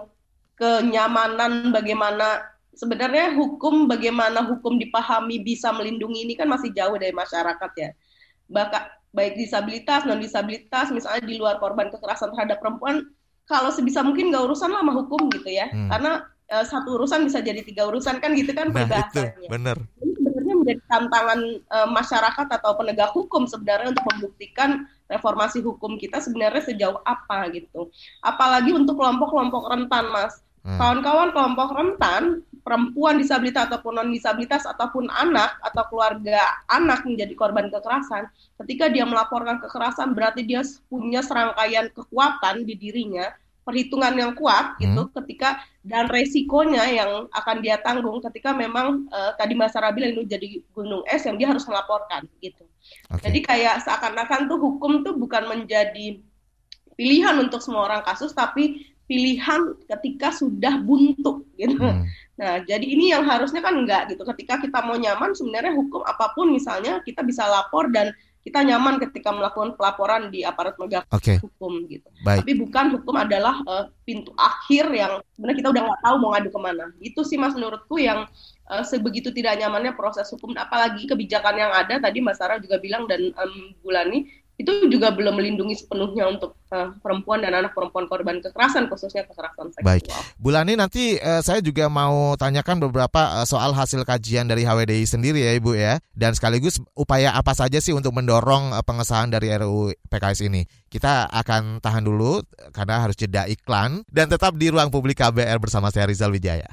kenyamanan bagaimana sebenarnya hukum, bagaimana hukum dipahami bisa melindungi ini kan masih jauh dari masyarakat ya. Bahkan baik disabilitas, non disabilitas, misalnya di luar korban kekerasan terhadap perempuan, kalau sebisa mungkin nggak urusan lah sama hukum gitu ya. Hmm. Karena uh, satu urusan bisa jadi tiga urusan kan gitu kan perbahasannya. Nah, bener. Ini sebenarnya menjadi tantangan uh, masyarakat atau penegak hukum sebenarnya untuk membuktikan reformasi hukum kita sebenarnya sejauh apa gitu. Apalagi untuk kelompok-kelompok rentan, Mas. Hmm. Kawan-kawan kelompok rentan, perempuan disabilitas ataupun non-disabilitas ataupun anak atau keluarga anak menjadi korban kekerasan, ketika dia melaporkan kekerasan berarti dia punya serangkaian kekuatan di dirinya, perhitungan yang kuat gitu, hmm. ketika dan resikonya yang akan dia tanggung ketika memang uh, tadi Mas Sarah bilang itu jadi gunung es yang dia harus melaporkan gitu. Okay. Jadi kayak seakan-akan tuh hukum tuh bukan menjadi pilihan untuk semua orang kasus, tapi pilihan ketika sudah buntu gitu. Hmm. Nah, jadi ini yang harusnya kan enggak gitu. Ketika kita mau nyaman, sebenarnya hukum apapun misalnya kita bisa lapor dan kita nyaman ketika melakukan pelaporan di aparat penegak okay. hukum gitu. Baik. Tapi bukan hukum adalah uh, pintu akhir yang sebenarnya kita udah nggak tahu mau ngadu kemana. Itu sih Mas menurutku yang uh, sebegitu tidak nyamannya proses hukum. Apalagi kebijakan yang ada tadi Mbak Sarah juga bilang dan um, Bulani itu juga belum melindungi sepenuhnya untuk uh, perempuan dan anak perempuan korban kekerasan, khususnya kekerasan seksual. Baik, Bulani, nanti uh, saya juga mau tanyakan beberapa uh, soal hasil kajian dari H W D I sendiri ya Ibu ya, dan sekaligus upaya apa saja sih untuk mendorong uh, pengesahan dari R U P K S ini. Kita akan tahan dulu karena harus jeda iklan dan tetap di Ruang Publik K B R bersama saya Rizal Wijaya.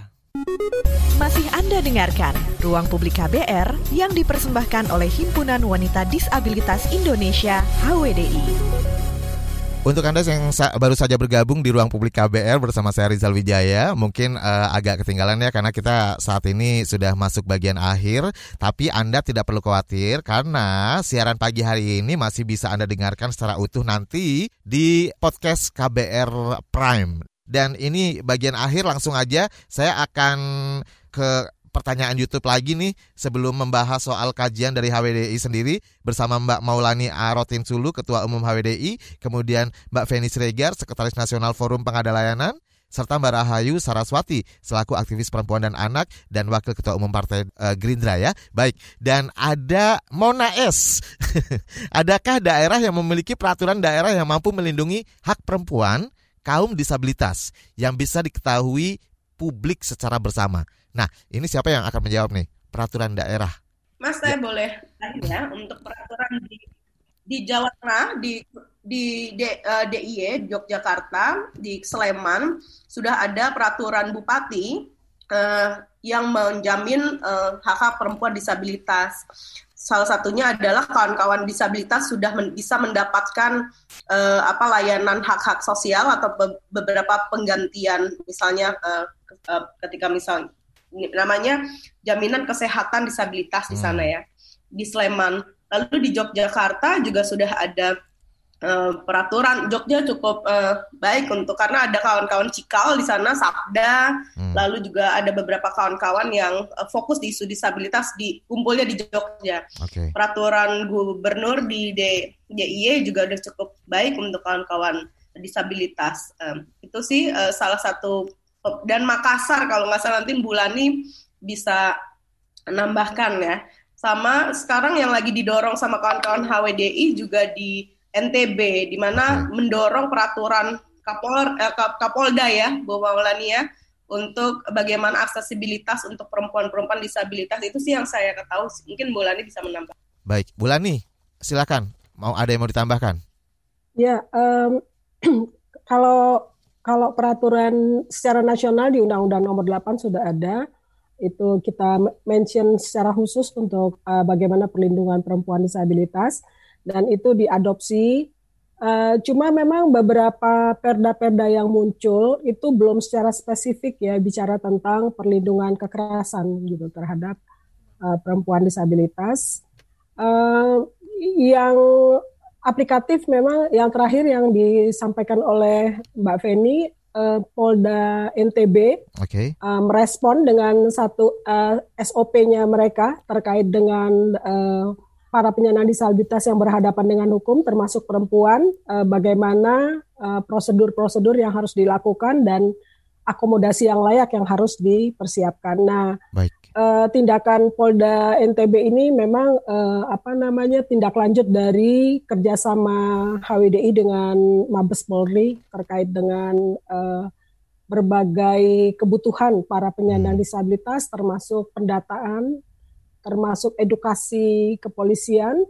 Masih Anda dengarkan Ruang Publik K B R yang dipersembahkan oleh Himpunan Wanita Disabilitas Indonesia H W D I. Untuk Anda yang sa- baru saja bergabung di Ruang Publik K B R bersama saya Rizal Wijaya, mungkin uh, agak ketinggalan ya karena kita saat ini sudah masuk bagian akhir. Tapi Anda tidak perlu khawatir karena siaran pagi hari ini masih bisa Anda dengarkan secara utuh nanti di podcast K B R Prime. Dan ini bagian akhir, langsung aja saya akan ke pertanyaan YouTube lagi nih sebelum membahas soal kajian dari H W D I sendiri bersama Mbak Maulani Arotinsulu, Ketua Umum H W D I, kemudian Mbak Feni Siregar, Sekretaris Nasional Forum Pengadaan Layanan, serta Mbak Rahayu Saraswati selaku aktivis perempuan dan anak dan Wakil Ketua Umum Partai uh, Gerindra ya. Baik, dan ada Mona S. Adakah daerah yang memiliki peraturan daerah yang mampu melindungi hak perempuan, kaum disabilitas yang bisa diketahui publik secara bersama? Nah, ini siapa yang akan menjawab nih? Peraturan daerah. Mas, saya ya. boleh tanya untuk peraturan di di Jawa Tengah, di di D, uh, D I Y Yogyakarta, di Sleman sudah ada peraturan bupati uh, yang menjamin uh, hak-hak perempuan disabilitas. Salah satunya adalah kawan-kawan disabilitas sudah men- bisa mendapatkan uh, apa layanan hak-hak sosial atau be- beberapa penggantian, misalnya uh, uh, ketika misalnya namanya jaminan kesehatan disabilitas di sana ya, di Sleman. Lalu di Yogyakarta juga sudah ada Uh, peraturan. Jogja cukup uh, baik untuk karena ada kawan-kawan Cikal di sana, Sabda, hmm. lalu juga ada beberapa kawan-kawan yang uh, fokus di isu disabilitas di kumpulnya di Jogja. Okay. Peraturan gubernur di D I Y juga udah cukup baik untuk kawan-kawan disabilitas. Um, itu sih uh, salah satu, dan Makassar kalau nggak salah nanti Bulani bisa nambahkan ya. Sama sekarang yang lagi didorong sama kawan-kawan H W D I juga di N T B, di mana okay. mendorong peraturan Kapol, eh, Kapolda ya, Bu Maulani ya, untuk bagaimana aksesibilitas untuk perempuan-perempuan disabilitas. Itu sih yang saya ketahui. Mungkin Bu Lani bisa menambah. Baik, Bu Lani, silakan. Mau ada yang mau ditambahkan? Ya, um, kalau kalau peraturan secara nasional di Undang-Undang Nomor delapan sudah ada. Itu kita mention secara khusus untuk uh, bagaimana perlindungan perempuan disabilitas. Dan itu diadopsi, uh, cuma memang beberapa perda-perda yang muncul itu belum secara spesifik ya bicara tentang perlindungan kekerasan gitu terhadap uh, perempuan disabilitas. Uh, yang aplikatif memang yang terakhir yang disampaikan oleh Mbak Feni, uh, Polda N T B okay. uh, merespon dengan satu uh, S O P-nya mereka terkait dengan uh, para penyandang disabilitas yang berhadapan dengan hukum, termasuk perempuan, eh, bagaimana eh, prosedur-prosedur yang harus dilakukan dan akomodasi yang layak yang harus dipersiapkan. Nah, Baik. Eh, tindakan Polda N T B ini memang eh, apa namanya tindak lanjut dari kerjasama H W D I dengan Mabes Polri terkait dengan eh, berbagai kebutuhan para penyandang hmm. disabilitas, termasuk pendataan, termasuk edukasi kepolisian,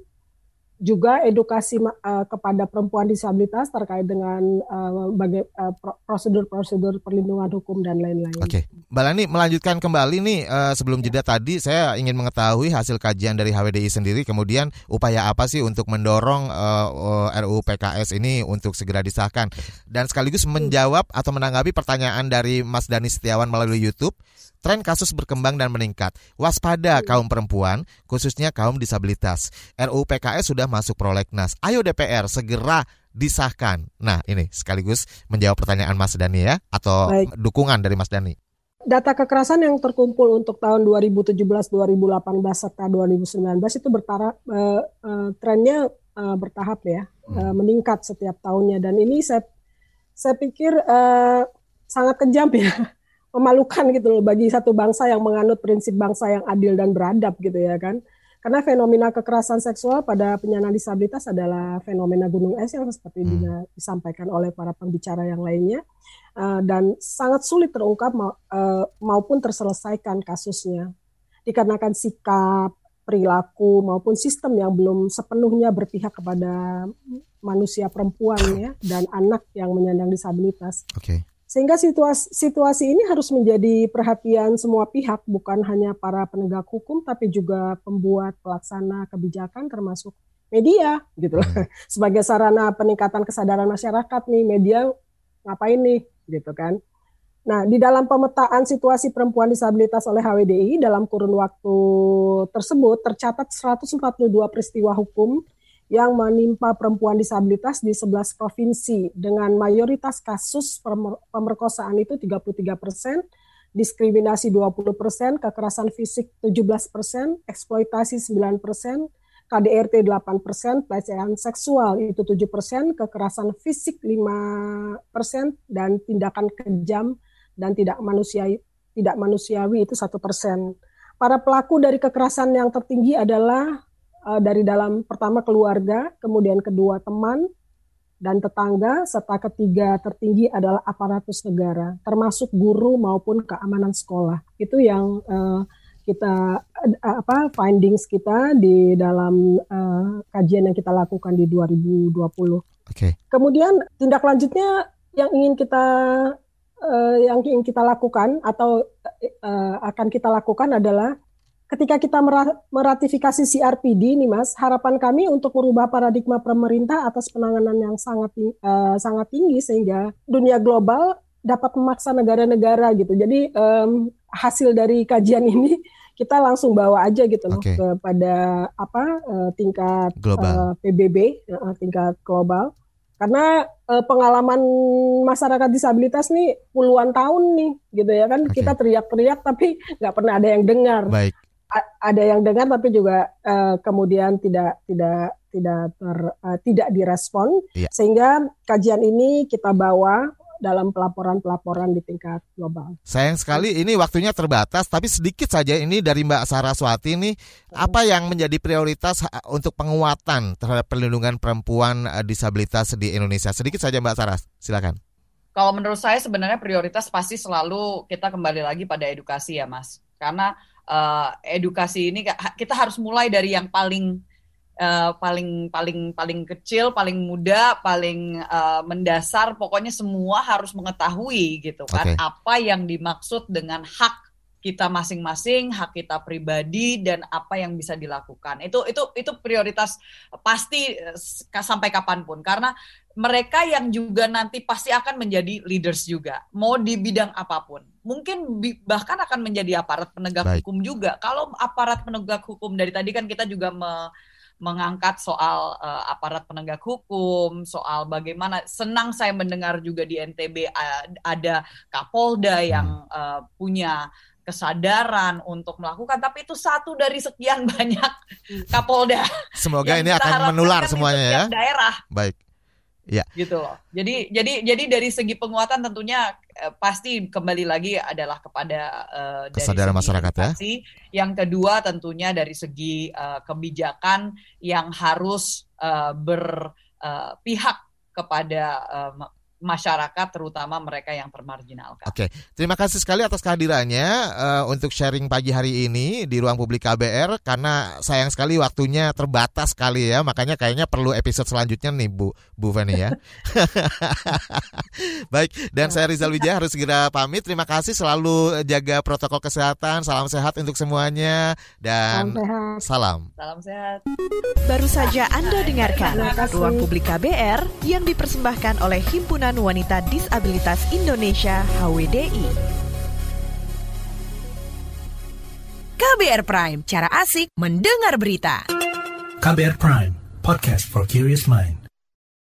juga edukasi uh, kepada perempuan disabilitas terkait dengan uh, baga- uh, prosedur-prosedur perlindungan hukum dan lain-lain. Oke, Mbak Lani melanjutkan kembali nih uh, sebelum jeda tadi saya ingin mengetahui hasil kajian dari H W D I sendiri, kemudian upaya apa sih untuk mendorong uh, uh, R U U P K S ini untuk segera disahkan, dan sekaligus menjawab atau menanggapi pertanyaan dari Mas Dani Setiawan melalui YouTube. Tren kasus berkembang dan meningkat. Waspada kaum perempuan, khususnya kaum disabilitas. R U U P K S sudah masuk prolegnas. Ayo D P R segera disahkan. Nah, ini sekaligus menjawab pertanyaan Mas Dani ya, atau Baik. dukungan dari Mas Dani. Data kekerasan yang terkumpul untuk tahun dua ribu tujuh belas, dua ribu delapan belas serta dua ribu sembilan belas itu bertaraf uh, uh, trennya uh, bertahap ya, hmm. uh, meningkat setiap tahunnya, dan ini saya saya pikir uh, sangat kejam ya. Memalukan gitu loh bagi satu bangsa yang menganut prinsip bangsa yang adil dan beradab gitu ya kan. Karena fenomena kekerasan seksual pada penyandang disabilitas adalah fenomena gunung es yang seperti hmm. disampaikan oleh para pembicara yang lainnya, uh, dan sangat sulit terungkap ma- uh, maupun terselesaikan kasusnya dikarenakan sikap, perilaku maupun sistem yang belum sepenuhnya berpihak kepada manusia perempuan ya dan anak yang menyandang disabilitas. Oke. Okay. Sehingga situasi, situasi ini harus menjadi perhatian semua pihak, bukan hanya para penegak hukum, tapi juga pembuat pelaksana kebijakan termasuk media gitu loh. Hmm. Sebagai sarana peningkatan kesadaran masyarakat nih, media ngapain nih gitu kan. Nah, di dalam pemetaan situasi perempuan disabilitas oleh H W D I dalam kurun waktu tersebut tercatat seratus empat puluh dua peristiwa hukum yang menimpa perempuan disabilitas di sebelas provinsi dengan mayoritas kasus pemerkosaan itu tiga puluh tiga persen, diskriminasi dua puluh persen, kekerasan fisik tujuh belas persen, eksploitasi sembilan persen, K D R T delapan persen, pelecehan seksual itu tujuh persen, kekerasan fisik lima persen, dan tindakan kejam dan tidak manusiawi, tidak manusiawi itu satu persen. Para pelaku dari kekerasan yang tertinggi adalah Uh, dari dalam pertama keluarga, kemudian kedua teman dan tetangga, serta ketiga tertinggi adalah aparatus negara, termasuk guru maupun keamanan sekolah. Itu yang uh, kita apa findings kita di dalam uh, kajian yang kita lakukan di dua ribu dua puluh. Oke. Okay. Kemudian tindak lanjutnya yang ingin kita uh, yang ingin kita lakukan atau uh, akan kita lakukan adalah ketika kita meratifikasi C R P D nih Mas, harapan kami untuk merubah paradigma pemerintah atas penanganan yang sangat uh, sangat tinggi sehingga dunia global dapat memaksa negara-negara gitu. Jadi um, hasil dari kajian ini kita langsung bawa aja gitu loh okay. kepada apa uh, tingkat uh, P B B, uh, tingkat global. Karena uh, pengalaman masyarakat disabilitas nih puluhan tahun nih gitu ya kan, okay. kita teriak-teriak tapi nggak pernah ada yang dengar. Baik. Ada yang dengar tapi juga uh, kemudian tidak tidak tidak ter, uh, tidak direspon yeah. sehingga kajian ini kita bawa dalam pelaporan-pelaporan di tingkat global. Sayang sekali ini waktunya terbatas, tapi sedikit saja ini dari Mbak Saraswati nih, hmm. apa yang menjadi prioritas untuk penguatan terhadap perlindungan perempuan disabilitas di Indonesia? Sedikit saja Mbak Saras, silakan. Kalau menurut saya sebenarnya prioritas pasti selalu kita kembali lagi pada edukasi ya Mas, karena Uh, edukasi ini kita harus mulai dari yang paling uh, paling paling paling kecil, paling muda, paling uh, mendasar. Pokoknya semua harus mengetahui gitu kan okay. apa yang dimaksud dengan hak kita masing-masing, hak kita pribadi dan apa yang bisa dilakukan. Itu itu itu prioritas pasti uh, sampai kapanpun karena mereka yang juga nanti pasti akan menjadi leaders juga, mau di bidang apapun. Mungkin bi- bahkan akan menjadi aparat penegak Baik. hukum juga. Kalau aparat penegak hukum dari tadi kan kita juga me- mengangkat soal uh, aparat penegak hukum, soal bagaimana. Senang saya mendengar juga di N T B uh, ada Kapolda yang uh, punya kesadaran untuk melakukan, tapi itu satu dari sekian banyak Kapolda. Semoga ini akan menular semuanya ya. Daerah. Baik. Ya. Gitu loh. Jadi jadi jadi dari segi penguatan tentunya eh, pasti kembali lagi adalah kepada eh, kesadaran masyarakat edukasi. Ya. Yang kedua tentunya dari segi eh, kebijakan yang harus eh, berpihak eh, kepada eh, masyarakat, terutama mereka yang termarginalkan. Oke, terima kasih sekali atas kehadirannya uh, untuk sharing pagi hari ini di Ruang Publik K B R, karena sayang sekali waktunya terbatas sekali ya, makanya kayaknya perlu episode selanjutnya nih Bu Bu Feni ya. Baik, dan saya Rizal Wijaya harus segera pamit. Terima kasih, selalu jaga protokol kesehatan, salam sehat untuk semuanya dan salam. Salam sehat. Baru saja Anda dengarkan Ruang Publik K B R yang dipersembahkan oleh Himpunan Wanita Disabilitas Indonesia H W D I. K B R Prime, cara asik mendengar berita. K B R Prime, podcast for curious mind.